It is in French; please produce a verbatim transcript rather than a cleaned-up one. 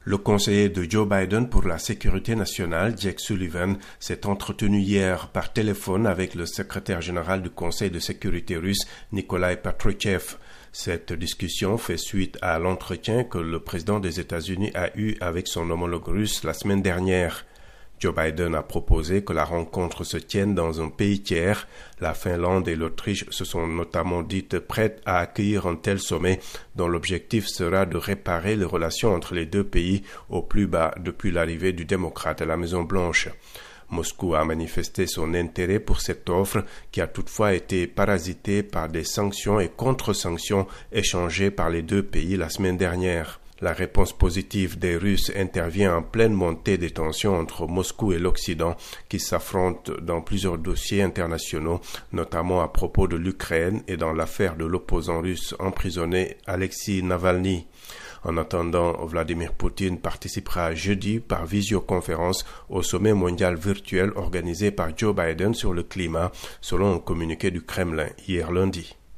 Le conseiller de Joe Biden pour la sécurité nationale, Jake Sullivan, s'est entretenu hier par téléphone avec le secrétaire général du Conseil de sécurité russe, Nikolai Patrushev. Cette discussion fait suite à l'entretien que le président des États-Unis a eu avec son homologue russe la semaine dernière. Joe Biden a proposé que la rencontre se tienne dans un pays tiers. La Finlande et l'Autriche se sont notamment dites prêtes à accueillir un tel sommet dont l'objectif sera de réparer les relations entre les deux pays au plus bas depuis l'arrivée du démocrate à la Maison-Blanche. Moscou a manifesté son intérêt pour cette offre qui a toutefois été parasitée par des sanctions et contre-sanctions échangées par les deux pays la semaine dernière. La réponse positive des Russes intervient en pleine montée des tensions entre Moscou et l'Occident qui s'affrontent dans plusieurs dossiers internationaux, notamment à propos de l'Ukraine et dans l'affaire de l'opposant russe emprisonné Alexei Navalny. En attendant, Vladimir Poutine participera jeudi par visioconférence au sommet mondial virtuel organisé par Joe Biden sur le climat, selon un communiqué du Kremlin hier lundi.